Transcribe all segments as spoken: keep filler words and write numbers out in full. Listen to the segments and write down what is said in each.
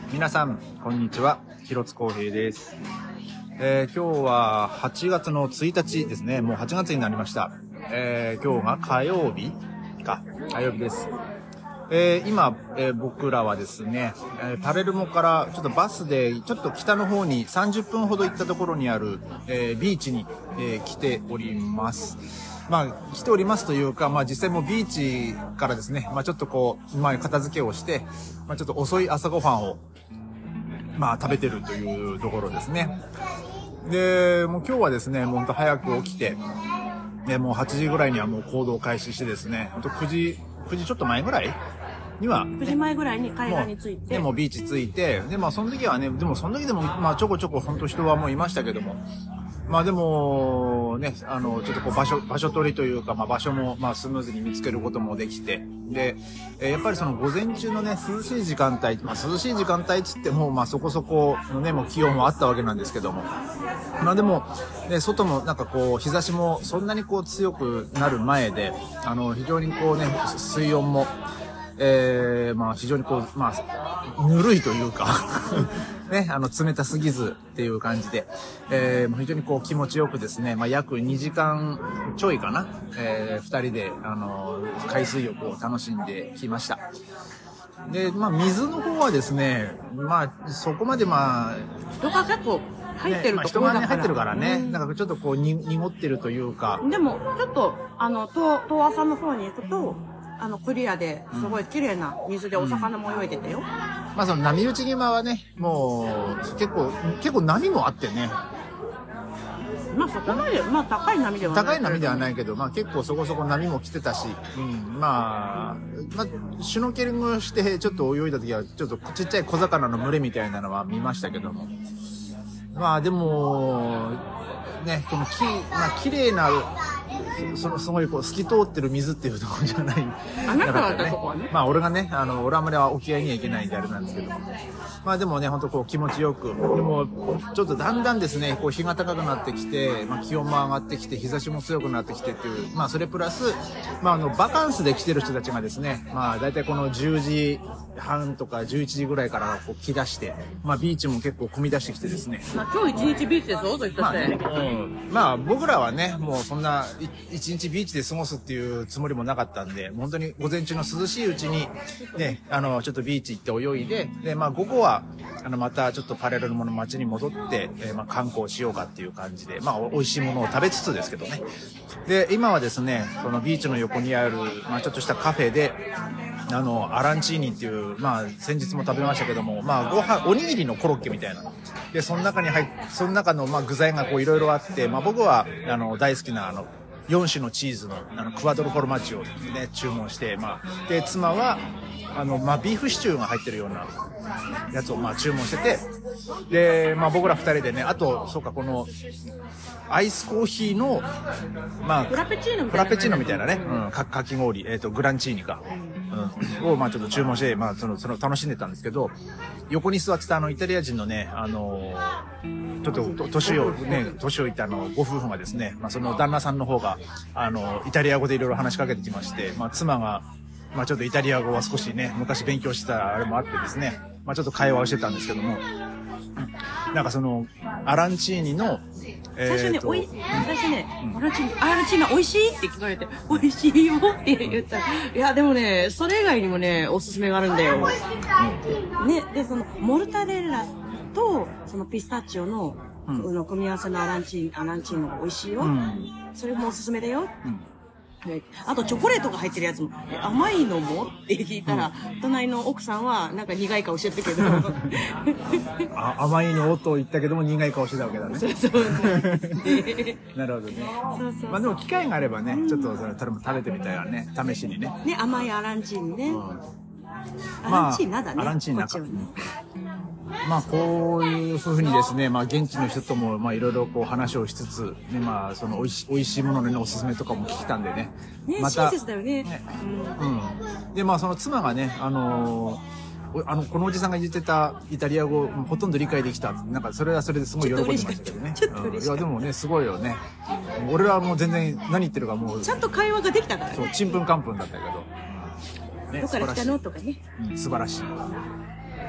皆さんこんにちは、広津光平です。えー、今日ははちがつのついたちですね。もうはちがつになりました。えー、今日が火曜日か火曜日です。えー、今、えー、僕らはですね、えー、パレルモからちょっとバスでちょっと北の方にさんじゅっぷんほど行ったところにある、えー、ビーチに、えー、来ております。まあ、来ておりますというか、まあ実際もうビーチからですね、まあちょっとこう、まあ片付けをして、まあちょっと遅い朝ごはんを、まあ食べてるというところですね。で、もう今日はですね、もうほんと早く起きて、で、もうはちじぐらいにはもう行動開始してですね、ほんとくじ、くじちょっと前ぐらいには、ね、 くじまえぐらいに海岸に着いて。 でもビーチ着いて、で、まあその時はね、でもその時でも、まあちょこちょこ本当人はもういましたけども、まあでも、ね、あの、ちょっとこう場所、場所取りというか、まあ場所も、まあスムーズに見つけることもできて、で、えー、やっぱりその午前中のね、涼しい時間帯、まあ涼しい時間帯つっても、まあそこそこのね、もう気温もあったわけなんですけども、まあでも、ね、外もなんかこう、日差しもそんなにこう強くなる前で、あの、非常にこうね、水温も、えー、まあ非常にこう、まあ、ぬるいというか、ね、あの、冷たすぎずっていう感じで、えー、非常にこう気持ちよくですね、まあ約にじかんちょいかな、えー、二人で、あの、海水浴を楽しんできました。で、まあ水の方はですね、まあそこまでまあ、 人が結構入ってるところだから、ね、まあ、人がね、入ってるからね、なんかちょっとこうに濁ってるというか。 でも、ちょっと、あの、東、東朝の方に行くと、あの、クリアで、すごい綺麗な水でお魚も泳いでたよ。うん、 まあその波打ち際はね、もう、結構、結構波もあってね。 まあそこまで、まあ高い波ではない。 高い波ではないけど、まあ結構そこそこ波も来てたし、うん、まあ、まあ、シュノーケリングしてちょっと泳いだ時は、ちょっとちっちゃい小魚の群れみたいなのは見ましたけども。まあでも、ね、このき、まあ綺麗な、そのすごいこう透き通ってる水っていうところじゃない。 あなたがあったとこはね。 まあ俺がね、あの、俺はあんまり沖合には行けないんであれなんですけども。まあでもね、ほんとこう気持ちよく。でも、ちょっとだんだんですね、こう日が高くなってきて、まあ気温も上がってきて、日差しも強くなってきてっていう、まあそれプラス、まああの、バカンスで来てる人たちがですね、まあ大体このじゅうじはんとかじゅういちじぐらいからこう来だして、まあビーチも結構混み出してきてですね。 まあ今日一日ビーチですよ、そう言ったって。 まあね、うん。まあ僕らはね、もうそんな一日ビーチで過ごすっていうつもりもなかったんで、本当に午前中の涼しいうちに、ね、あの、ちょっとビーチ行って泳いで、で、まあ午後は、あの、またちょっとパレルモの街に戻って、えー、まあ観光しようかっていう感じで、まあ美味しいものを食べつつですけどね。で、今はですね、このビーチの横にある、まあちょっとしたカフェで、あの、アランチーニっていう、まあ、先日も食べましたけども、まあ、ご飯、おにぎりのコロッケみたいな。で、その中に入っ、その中の、まあ、具材がこう、いろいろあって、まあ、僕は、あの、大好きな、あの、よん種のチーズの、あの、クワドロフォルマッジをね、注文して、まあ、で、妻は、あの、まあ、ビーフシチューが入ってるようなやつを、まあ、注文してて、で、まあ、僕ら二人でね、あと、そうか、この、アイスコーヒーの、まあ、 フラペチーノみたいな、 フラペチーノみたいなね、うん、か、かき氷、えっと、グランチーニか。うん、を、まあちょっと注文して、まあその、その楽しんでたんですけど、横に座ってたあのイタリア人のね、あのー、ちょっと年をね、年をいったあの、ご夫婦がですね、まあその旦那さんの方が、あの、イタリア語でいろいろ話しかけてきまして、まあ妻が、まあちょっとイタリア語は少しね、昔勉強してたあれもあってですね、まあちょっと会話をしてたんですけども、なんかその、アランチーニの、 最初ね、おい、最初ね、アランチーニ、アランチーニ美味しいって聞かれて、美味しいよって言ったら、いや、でもね、それ以外にもね、おすすめがあるんだよ。ね、で、その、モルタデッラと、そのピスタチオの、うん、の組み合わせのアランチーニ、アランチーニが美味しいよ。うん、それもおすすめだよ。うんあとチョコレートが入ってるやつも甘いのもって聞いたら、うん、隣の奥さんはなんか苦い顔してたけどあ甘いのと言ったけども苦い顔してたわけだね。 そうそうなるほどね。 そうそうまあでも機会があればね、うん、ちょっとそれ食べてみたいわね、試しにね。 ね甘いアランチーニね。うん、アランチーナだね。 アランチーナか。まあこういう風にですね、まあ現地の人ともまあいろいろこう話をしつつ、ねまあその美味しい美味しいものの、ね、おすすめとかも聞けたんでね。 ねまた親切だよね。ねうん。うん。でまあその妻がねあのー、あのこのおじさんが言ってたイタリア語ほとんど理解できた。なんかそれはそれですごい喜んでましたけどね。 ちょっと嬉しかった。 うん、いやでもねすごいよね。俺はもう全然何言ってるかもうちゃんと会話ができたからね。 そうちんぷんかんぷんだったけど。 ね、どこから来たのとかね。 うん、素晴らしい。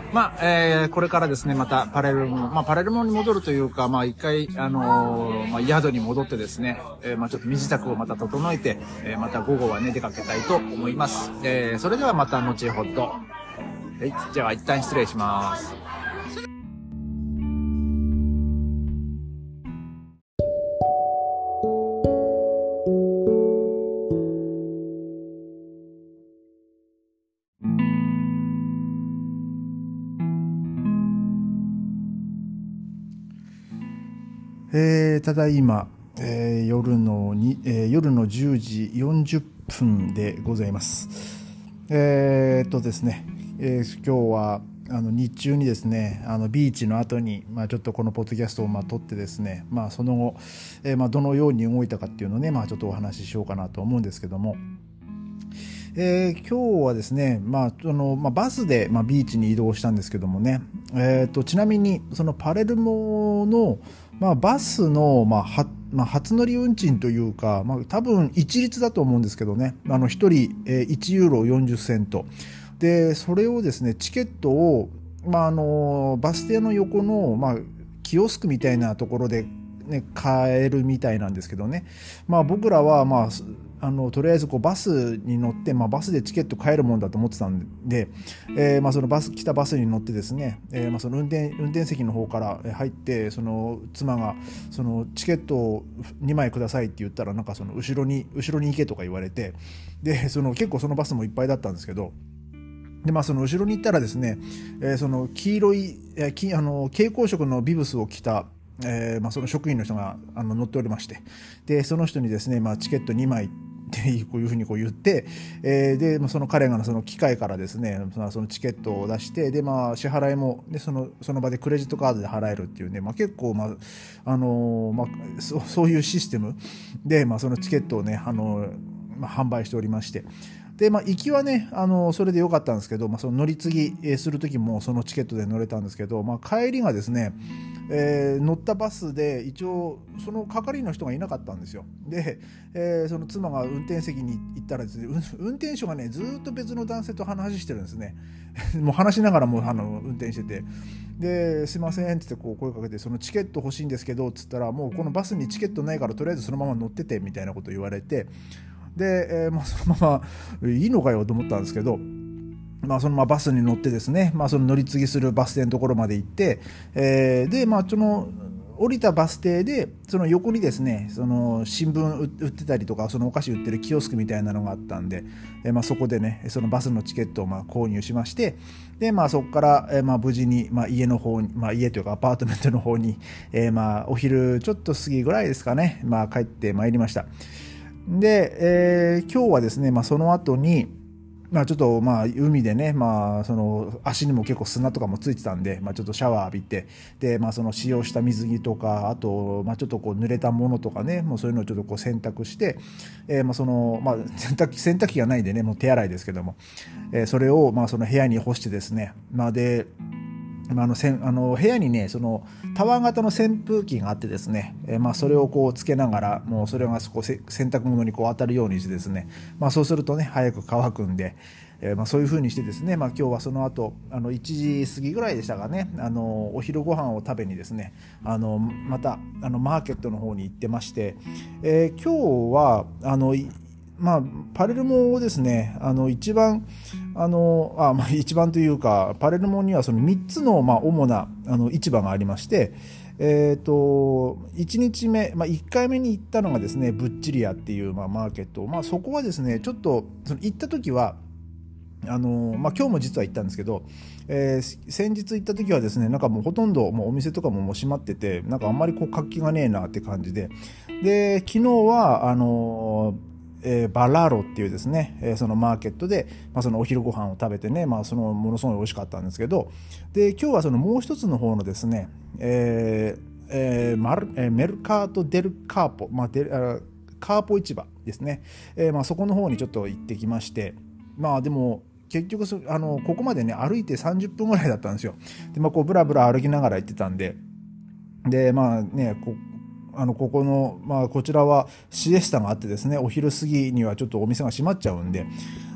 まあ、えー、これからですね、またパレルモ、まあ、パレルモに戻るというか、まあ、一回、あのー、まあ、宿に戻ってですね、えー、まあ、ちょっと身支度をまた整えて、えー、また午後はね、出かけたいと思います。えー、それではまた後ほど。はい、じゃあ一旦失礼します。えー、ただいま、えー、夜のに、えー、夜のじゅうじよんじゅっぷんでございます。えー、っとですね、えー、今日はあの日中にですね、あのビーチの後に、まあ、ちょっとこのポッドキャストをまあ撮ってですね、まあ、その後、えーまあ、どのように動いたかっていうのをね、まあ、ちょっとお話ししようかなと思うんですけども、えー、今日はですね、まああのまあ、バスで、まあ、ビーチに移動したんですけどもね、えー、とちなみにそのパレルモの、まあ、バスの、まあはまあ、初乗り運賃というか、まあ、多分一律だと思うんですけどね、あのひとり、えー、いちユーロよんじゅっセントで、それをですね、チケットを、まあ、あのバス停の横の、まあ、キオスクみたいなところで、ね、買えるみたいなんですけどね、まあ、僕らは、まああのとりあえずこうバスに乗って、まあ、バスでチケット買えるもんだと思ってたんで、えーまあ、そのバス来たバスに乗ってですね、えーまあ、その運転運転席の方から入って、その妻がそのチケットをにまいくださいって言ったら、なんかその後ろに後ろに行けとか言われて、でその結構そのバスもいっぱいだったんですけど、でまあ、その後ろに行ったらですね、えー、その黄色い、えー、きあの蛍光色のビブスを着たえーまあ、その職員の人があの乗っておりまして、でその人にですね、まあ、チケットにまいってこういうふうにこう言って、えー、でその彼がその機械からですね、そのチケットを出して、で、まあ、支払いもでそのその場でクレジットカードで払えるっていうね、まあ、結構、まああのーまあ、そ, そういうシステムで、まあ、そのチケットをね、あのーまあ、販売しておりまして、で、まあ、行きはね、あのそれで良かったんですけど、まあ、その乗り継ぎする時もそのチケットで乗れたんですけど、まあ、帰りがですね、えー、乗ったバスで一応その係員の人がいなかったんですよ。で、えー、その妻が運転席に行ったらですね、運転手がねずっと別の男性と話してるんですね。もう話しながらもうあの運転してて、ですいませんって言ってこう声かけて、そのチケット欲しいんですけどっつったら、もうこのバスにチケットないからとりあえずそのまま乗っててみたいなこと言われて、で、えーまあ、そのままいいのかよと思ったんですけど、まあ、そのままバスに乗ってですね、まあ、その乗り継ぎするバス停のところまで行って、えー、で、まあ、その降りたバス停でその横にですね、その新聞売ってたりとか、そのお菓子売ってるキオスクみたいなのがあったんで、えーまあ、そこでね、そのバスのチケットをまあ購入しまして、で、まあ、そこから、えーまあ、無事に、まあ、家の方に、まあ、家というかアパートメントの方に、えーまあ、お昼ちょっと過ぎぐらいですかね、まあ、帰ってまいりました。で、えー、今日はですね、まあ、その後に、まあ、ちょっとまあ海でね、まあ、その足にも結構砂とかもついてたんで、まあ、ちょっとシャワー浴びて、で、まあ、その使用した水着とか、あと、まあ、ちょっとこう濡れたものとかね、もうそういうのをちょっとこう洗濯して、えー、まあそのまあ洗濯機洗濯機がないんでね、もう手洗いですけども、えー、それをまあその部屋に干してですね、まあであのせんあの部屋にね、そのタワー型の扇風機があってですね、えー、まあそれをこうつけながら、もうそれがそこ洗濯物にこう当たるようにしてですね、まあそうするとね早く乾くんで、えー、まあそういう風にしてですね、まあ今日はその後あのいちじ過ぎぐらいでしたかね、あのお昼ご飯を食べにですね、あのまたあのマーケットの方に行ってまして、えー、今日はあのまあ、パレルモをですね、あの一番あのあ、まあ、一番というか、パレルモにはそのみっつの、まあ、主なあの市場がありまして、えー、といちにちめ、まあ、いっかいめに行ったのがですね、ブッチリアっていう、まあ、マーケット、まあ、そこはですね、ちょっとその行った時はあのまあ、今日も実は行ったんですけど、えー、先日行った時はですね、なんかもうほとんどもうお店とかももう閉まってて、なんかあんまりこう活気がねえなって感じで、で昨日はあのーえー、バラロっていうですね、えー、そのマーケットで、まあ、そのお昼ご飯を食べてね、まあ、そのものすごい美味しかったんですけど、で今日はそのもう一つの方のですね、えーえーマルえー、メルカート・デル・カーポ、まあ、デルカーポ市場ですね、えーまあ、そこの方にちょっと行ってきまして、まあでも結局あのここまでね歩いてさんじゅっぷんぐらいだったんですよ。で、まあ、こうブラブラ歩きながら行ってたんで、でまあねこあのここの、まあ、こちらはシエスタがあってですね、お昼過ぎにはちょっとお店が閉まっちゃうんで、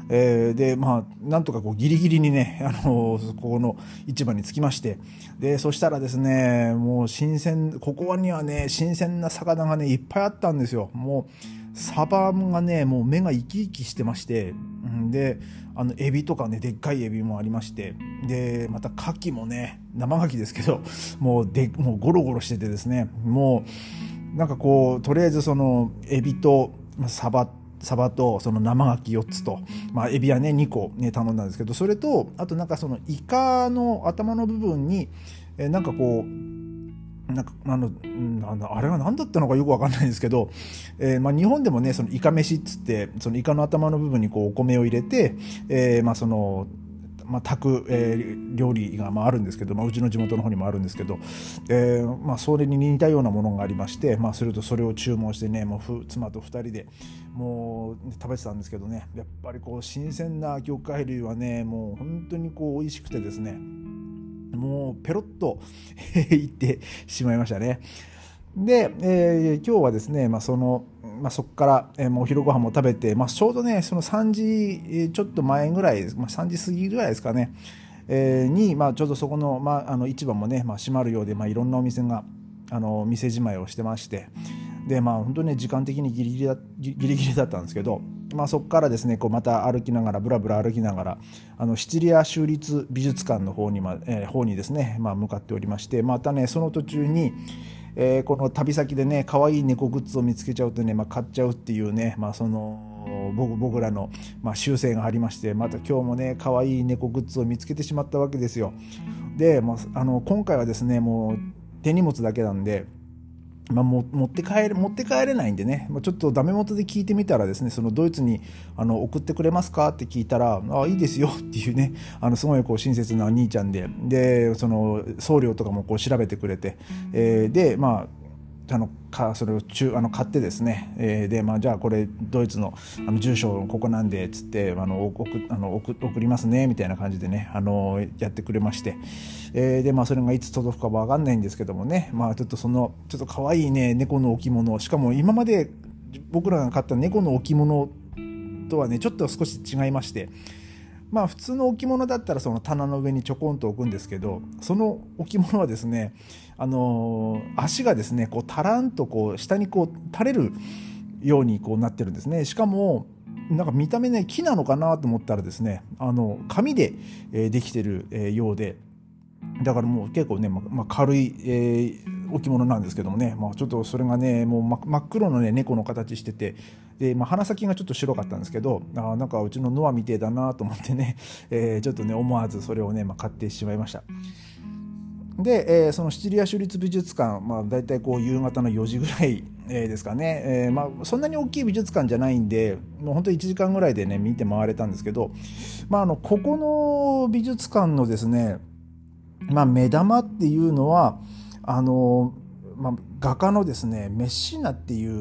えー、でまあなんとかこうギリギリにね、あのー、ここの市場に着きまして、でそしたらですね、もう新鮮、ここにはね新鮮な魚がねいっぱいあったんですよ。もうサバがねもう目が生き生きしてまして、であのエビとかねでっかいエビもありまして、でまた牡蠣もね、生牡蠣ですけどもうでもうゴロゴロしててですね、もうなんかこうとりあえずそのエビとサバサバとその生牡蠣よっつと、まあ、エビはねにこ、ね、頼んだんですけど、それとあとなんかそのイカの頭の部分にえなんかこうなんかあのあれは何だったのかよく分かんないんですけど、えーまあ、日本でもねそのイカ飯っつってそのイカの頭の部分にこうお米を入れて、えーまあそのまあ、炊く、えー、料理がまああるんですけど、まあ、うちの地元の方にもあるんですけど、えーまあ、それに似たようなものがありまして、まあ、するとそれを注文してね、もう妻とふたりでもう食べてたんですけどね、やっぱりこう新鮮な魚介類はねもう本当にこう美味しくてですね、もうペロッといってしまいましたね。で、えー、今日はですね、まあそのまあ、そこから、えー、もうお昼ご飯も食べて、まあ、ちょうどねそのさんじちょっと前ぐらい、まあ、さんじ過ぎぐらいですかね、えー、に、まあ、ちょうどそこの、まあ、あの市場もね、まあ、閉まるようで、まあ、いろんなお店があの店じまいをしてまして、でまあ本当に、ね、時間的にギリギリだギリギリだったんですけど、まあ、そこからですねこうまた歩きながらブラブラ歩きながらあのシチリア州立美術館の方に、まえー、方にですね、まあ、向かっておりまして、またねその途中にえー、この旅先でね可愛い猫グッズを見つけちゃうとね、まあ、買っちゃうっていうね、まあ、その 僕, 僕らの、まあ、習性がありまして、また今日もね可愛い猫グッズを見つけてしまったわけですよ。で、まあ、あの今回はですねもう手荷物だけなんで、まあ、も持って帰れ持って帰れないんでね、まあ、ちょっとダメ元で聞いてみたらですね、そのドイツにあの送ってくれますかって聞いたら、あいいですよっていうね、あのすごいこう親切な兄ちゃんで、でその送料とかもこう調べてくれて、えー、でまああのかそれを中あの買ってですね、えー、でまあじゃあこれドイツのあの住所ここなんでつってあの送あの 送, 送りますねみたいな感じでねあのやってくれまして、えー、でまあそれがいつ届くかわかんないんですけどもね、まあちょっとそのちょっと可愛いね猫の置物、しかも今まで僕らが買った猫の置物とはねちょっと少し違いまして、まあ普通の置物だったらその棚の上にちょこんと置くんですけど、その置物はですね、あのー、足がですねこうタランとこう下にこう垂れるようにこうなってるんですね。しかもなんか見た目ね木なのかなと思ったらですね、あの紙で、えー、できてる、えー、ようで、だからもう結構ね、ままあ、軽い、えー、置物なんですけどもね、まあ、ちょっとそれがねもう真、真っ黒の、ね、猫の形してて、で、まあ、鼻先がちょっと白かったんですけど、あなんかうちのノアみてえだなと思ってね、えー、ちょっとね思わずそれをね、まあ、買ってしまいました。で、えー、そのシチリア州立美術館、まあ、だいたいこう夕方のよじぐらい、えー、ですかね、えーまあ、そんなに大きい美術館じゃないんでもう本当にいちじかんぐらいでね見て回れたんですけど、まあ、あのここの美術館のですね、まあ、目玉っていうのはあの、まあ、画家のですねメッシーナっていう、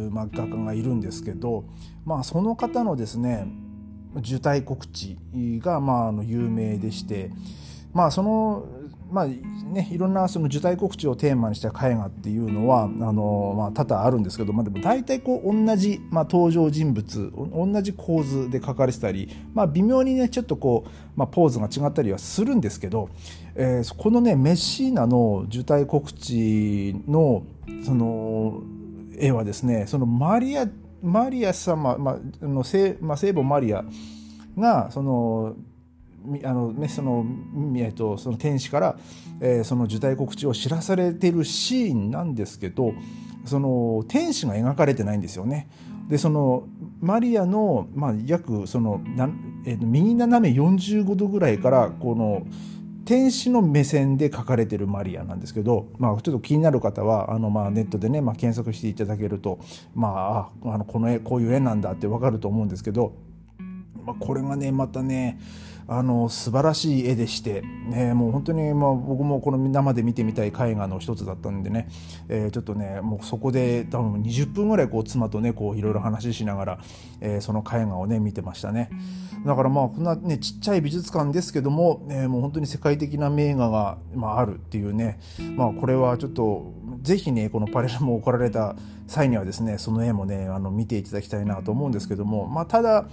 まあ、画家がいるんですけど、まあ、その方のですね受胎告知が、まあ、あの有名でして、まあそのまあね、いろんなその受胎告知をテーマにした絵画っていうのはあの、まあ、多々あるんですけど、まあ、でも大体こう同じ、まあ、登場人物同じ構図で描かれてたり、まあ、微妙にねちょっとこう、まあ、ポーズが違ったりはするんですけど、えー、このねメッシーナの受胎告知のその絵はですね、そのマリアマリア様、まあの聖まあ、聖母マリアがそのあのね、その、えっと、その天使から、えー、その受胎告知を知らされているシーンなんですけど、その天使が描かれてないんですよね。でそのマリアの、まあ、約そのな、えー、右斜めよんじゅうごどぐらいからこの天使の目線で描かれているマリアなんですけど、まあ、ちょっと気になる方はあの、まあ、ネットでね、まあ、検索していただけると、まあ、あのこの絵こういう絵なんだって分かると思うんですけど、まあ、これがねまたねあの素晴らしい絵でして、ね、もう本当に、まあ、僕もこの生で見てみたい絵画の一つだったんでね、えー、ちょっとねもうそこで多分にじゅっぷんぐらいこう妻とねこういろいろ話しながら、えー、その絵画をね見てましたね。だからまあこんなねちっちゃい美術館ですけども、えー、もう本当に世界的な名画が、まあ、あるっていうね、まあ、これはちょっとぜひねこのパレルモを来られた際にはですねその絵もねあの見ていただきたいなと思うんですけども、まあ、ただ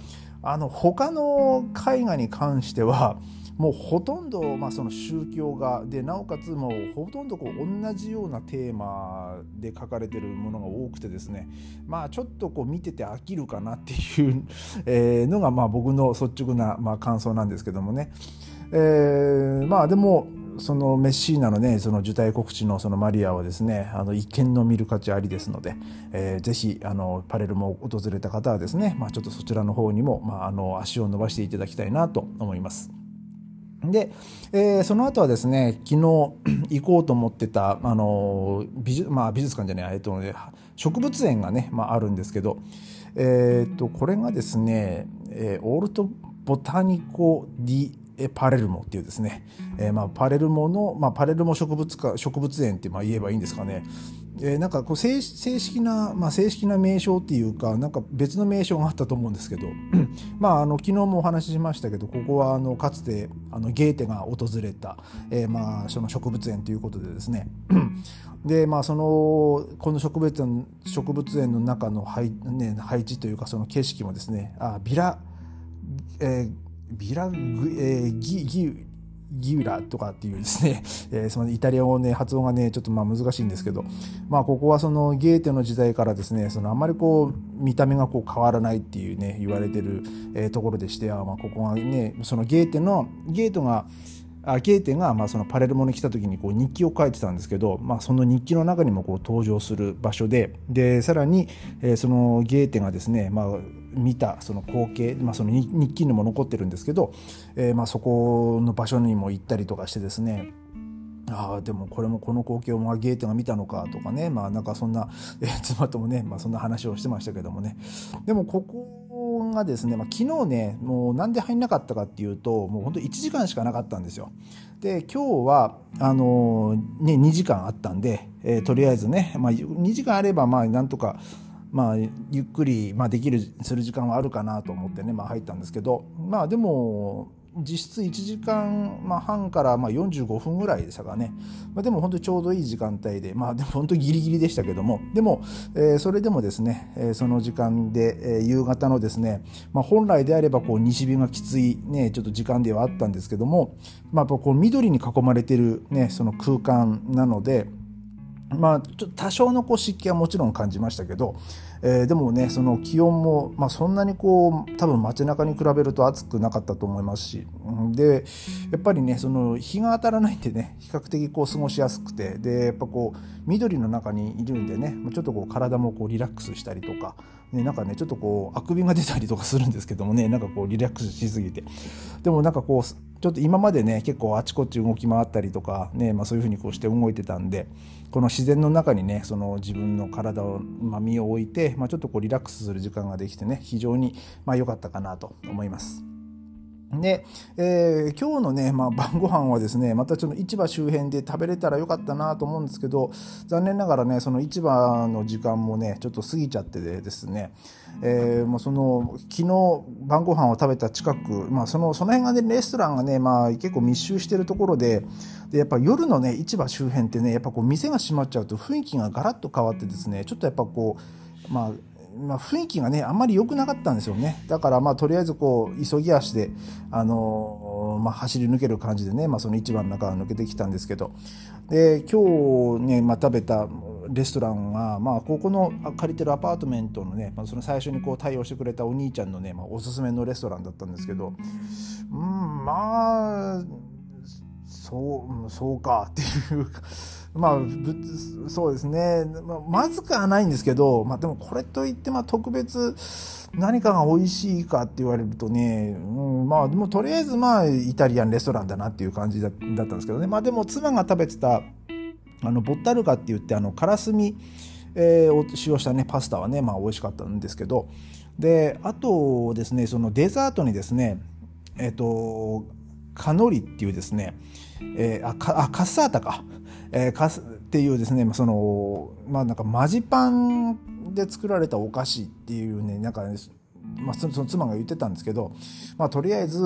あの他の絵画に関してはもうほとんど、まあ、その宗教画で、なおかつもうほとんどこう同じようなテーマで描かれてるものが多くてですね、まあちょっとこう見てて飽きるかなっていうえのがまあ僕の率直なまあ感想なんですけどもね、えー、まあでもそのメッシーナのねその受胎告知のそのマリアはですね、あの一見の見る価値ありですので、えー、ぜひあのパレルモを訪れた方はですね、まあ、ちょっとそちらの方にも、まあ、あの足を伸ばしていただきたいなと思います。で、えー、その後はですね、昨日行こうと思ってたあの 美, 術、まあ、美術館じゃない、えっとね、植物園がね、まあ、あるんですけど、えー、っとこれがですね、えー、オルトボタニコ・ディ・パレルモっていうですね、えーまあ、パレルモの、まあ、パレルモ植物か植物園ってまあ言えばいいんですかね。えー、なんかこう 正, 正式な、まあ、正式な名称っていうか、なんか別の名称があったと思うんですけどまあ、あの昨日もお話ししましたけど、ここはあのかつてあのゲーテが訪れた、えー、まあその植物園ということでですねで、まあ、そのこの植物園植物園の中の配、ね、配置というかその景色もですね、あビラ、えー、ビラグ、えー、ギギギュラとかっていうですね、えー、そのイタリア語ね発音がねちょっとまあ難しいんですけど、まあここはそのゲーテの時代からですね、そのあんまりこう見た目がこう変わらないっていうね言われてる、えー、ところでして、あまあここがねそのゲーテのゲートがあゲーテがまあそのパレルモに来た時にこう日記を書いてたんですけど、まあ、その日記の中にもこう登場する場所で、でさらに、えー、そのゲーテがですね、まあ、見たその光景、まあ、その日記にも残ってるんですけど、えー、まあそこの場所にも行ったりとかしてですね、ああでもこれもこの光景をまあゲーテが見たのかとかね、まあなんかそんな、えー、妻ともね、まあ、そんな話をしてましたけどもね。でもここがですね、まあ、昨日ねもうなんで入んなかったかっていうと、もう本当いちじかんしかなかったんですよ。で今日はあのーね、にじかんあったんで、えー、とりあえずね、まあ、にじかんあればまあなんとかまあ、ゆっくり、まあ、できるする時間はあるかなと思ってね、まあ、入ったんですけど、まあでも実質いちじかんはんからまあよんじゅうごふんぐらいでしたかね。まあ、でも本当にちょうどいい時間帯で、まあでも本当にギリギリでしたけども、でも、えー、それでもですね、えー、その時間で、えー、夕方のですね、まあ、本来であればこう西日がきついねちょっと時間ではあったんですけども、まあ、こう緑に囲まれてるねその空間なので、まあ、ちょっと多少のこう湿気はもちろん感じましたけど、えー、でもねその気温も、まあ、そんなにこう多分街中に比べると暑くなかったと思いますし、でやっぱりねその日が当たらないんでね比較的こう過ごしやすくて、でやっぱこう緑の中にいるんでねちょっとこう体もこうリラックスしたりとか、ね、なんかねちょっとこうあくびが出たりとかするんですけどもね、なんかこうリラックスしすぎて、でもなんかこうちょっと今までね結構あちこち動き回ったりとかね、まあ、そういうふうにこうして動いてたんで、この自然の中にねその自分の体を、まあ、身を置いて、まあ、ちょっとこうリラックスする時間ができてね非常にまあ良かったかなと思います。で、えー、今日のね、まあ、晩ご飯はですねまたちょっと市場周辺で食べれたらよかったなと思うんですけど、残念ながらねその市場の時間もねちょっと過ぎちゃってですね、えー、もうその昨日晩ご飯を食べた近く、まあ、そのその辺がねレストランがね、まあ、結構密集してるところで、でやっぱ夜のね市場周辺ってねやっぱこう店が閉まっちゃうと雰囲気がガラッと変わってですね、ちょっとやっぱこうまあまあ、雰囲気がねあんまり良くなかったんですよね。だからまあとりあえずこう急ぎ足で、あのーまあ、走り抜ける感じでね、まあ、その市場の中を抜けてきたんですけど、で今日ね、まあ、食べたレストランが、まあ、ここの借りてるアパートメントのね、まあ、その最初にこう対応してくれたお兄ちゃんのね、まあ、おすすめのレストランだったんですけど、うんまあそうそうかっていうか。まあ、そうですね、まあ、まずくはないんですけど、まあ、でもこれといって、まあ、特別何かが美味しいかって言われるとね、うん、まあでもとりあえずまあイタリアンレストランだなっていう感じだったんですけどね。まあでも妻が食べてたあのボッタルカって言ってあのカラスミ、えー、を使用したねパスタはね、まあ美味しかったんですけど、であとですねそのデザートにですねえっとカノリっていうですね、えー、あかあカッサータかえー、かすっていうですねそのまあなんかマジパンで作られたお菓子っていうねなんかね、まあ、その妻が言ってたんですけど、まあ、とりあえず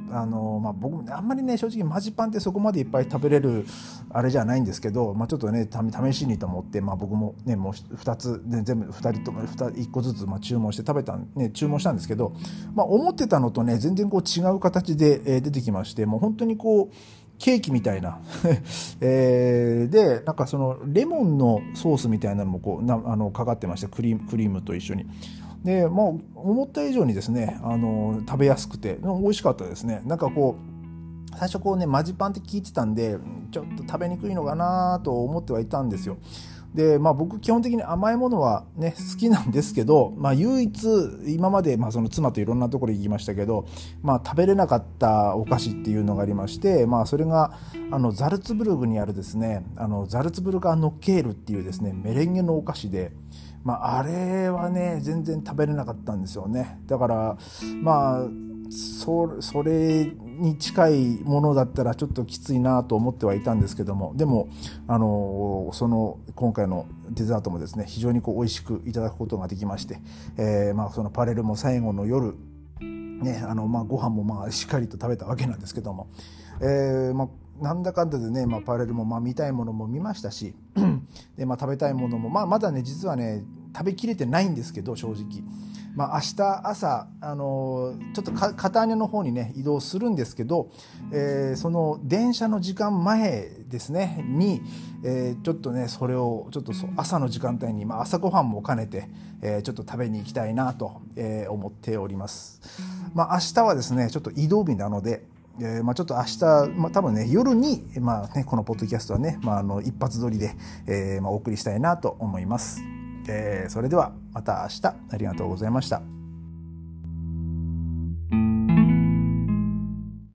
あの、まあ、僕も、ね、あんまりね正直マジパンってそこまでいっぱい食べれるあれじゃないんですけど、まあ、ちょっとね試しにと思って、まあ、僕もねもうふたつ、ね、全部ふたりともいっこずつまあ注文して食べた、ね、注文したんですけど、まあ、思ってたのとね全然こう違う形で、えー、出てきまして、もう本当にこうケーキみたいな、えー、でなんかそのレモンのソースみたいなのもこうなあのかかってまして、クリーム、クリームと一緒に。で、まあ、思った以上にですねあの食べやすくて美味しかったですね。なんかこう最初こうねマジパンって聞いてたんでちょっと食べにくいのかなと思ってはいたんですよ。で、まあ、僕基本的に甘いものはね好きなんですけど、まあ、唯一今まで、まあ、その妻といろんなところに行きましたけど、まあ、食べれなかったお菓子っていうのがありまして、まあ、それがあのザルツブルグにあるですねあのザルツブルガーノッケールっていうですねメレンゲのお菓子で、まあ、あれはね全然食べれなかったんですよね。だからまあそ, それに近いものだったらちょっときついなと思ってはいたんですけども、でもあのその今回のデザートもですね非常にこう美味しくいただくことができまして、えー、まあそのパレルも最後の夜ねあのまあご飯もまあしっかりと食べたわけなんですけども、えー、まあなんだかんだでね、まあ、パレルもまあ見たいものも見ましたしで、まあ、食べたいものも、まあ、まだね実はね食べきれてないんですけど正直、まあ、明日朝、あのー、ちょっとか片根の方にね移動するんですけど、えー、その電車の時間前ですねに、えー、ちょっとねそれをちょっと朝の時間帯に、まあ、朝ごはんも兼ねて、えー、ちょっと食べに行きたいなと、えー、思っております。まあ、明日はですねちょっと移動日なのでえーまあ、ちょっと明日、まあ、多分ね夜に、まあね、このポッドキャストはね、まあ、あの一発撮りで、えーまあ、お送りしたいなと思います。えー、それではまた明日ありがとうございました。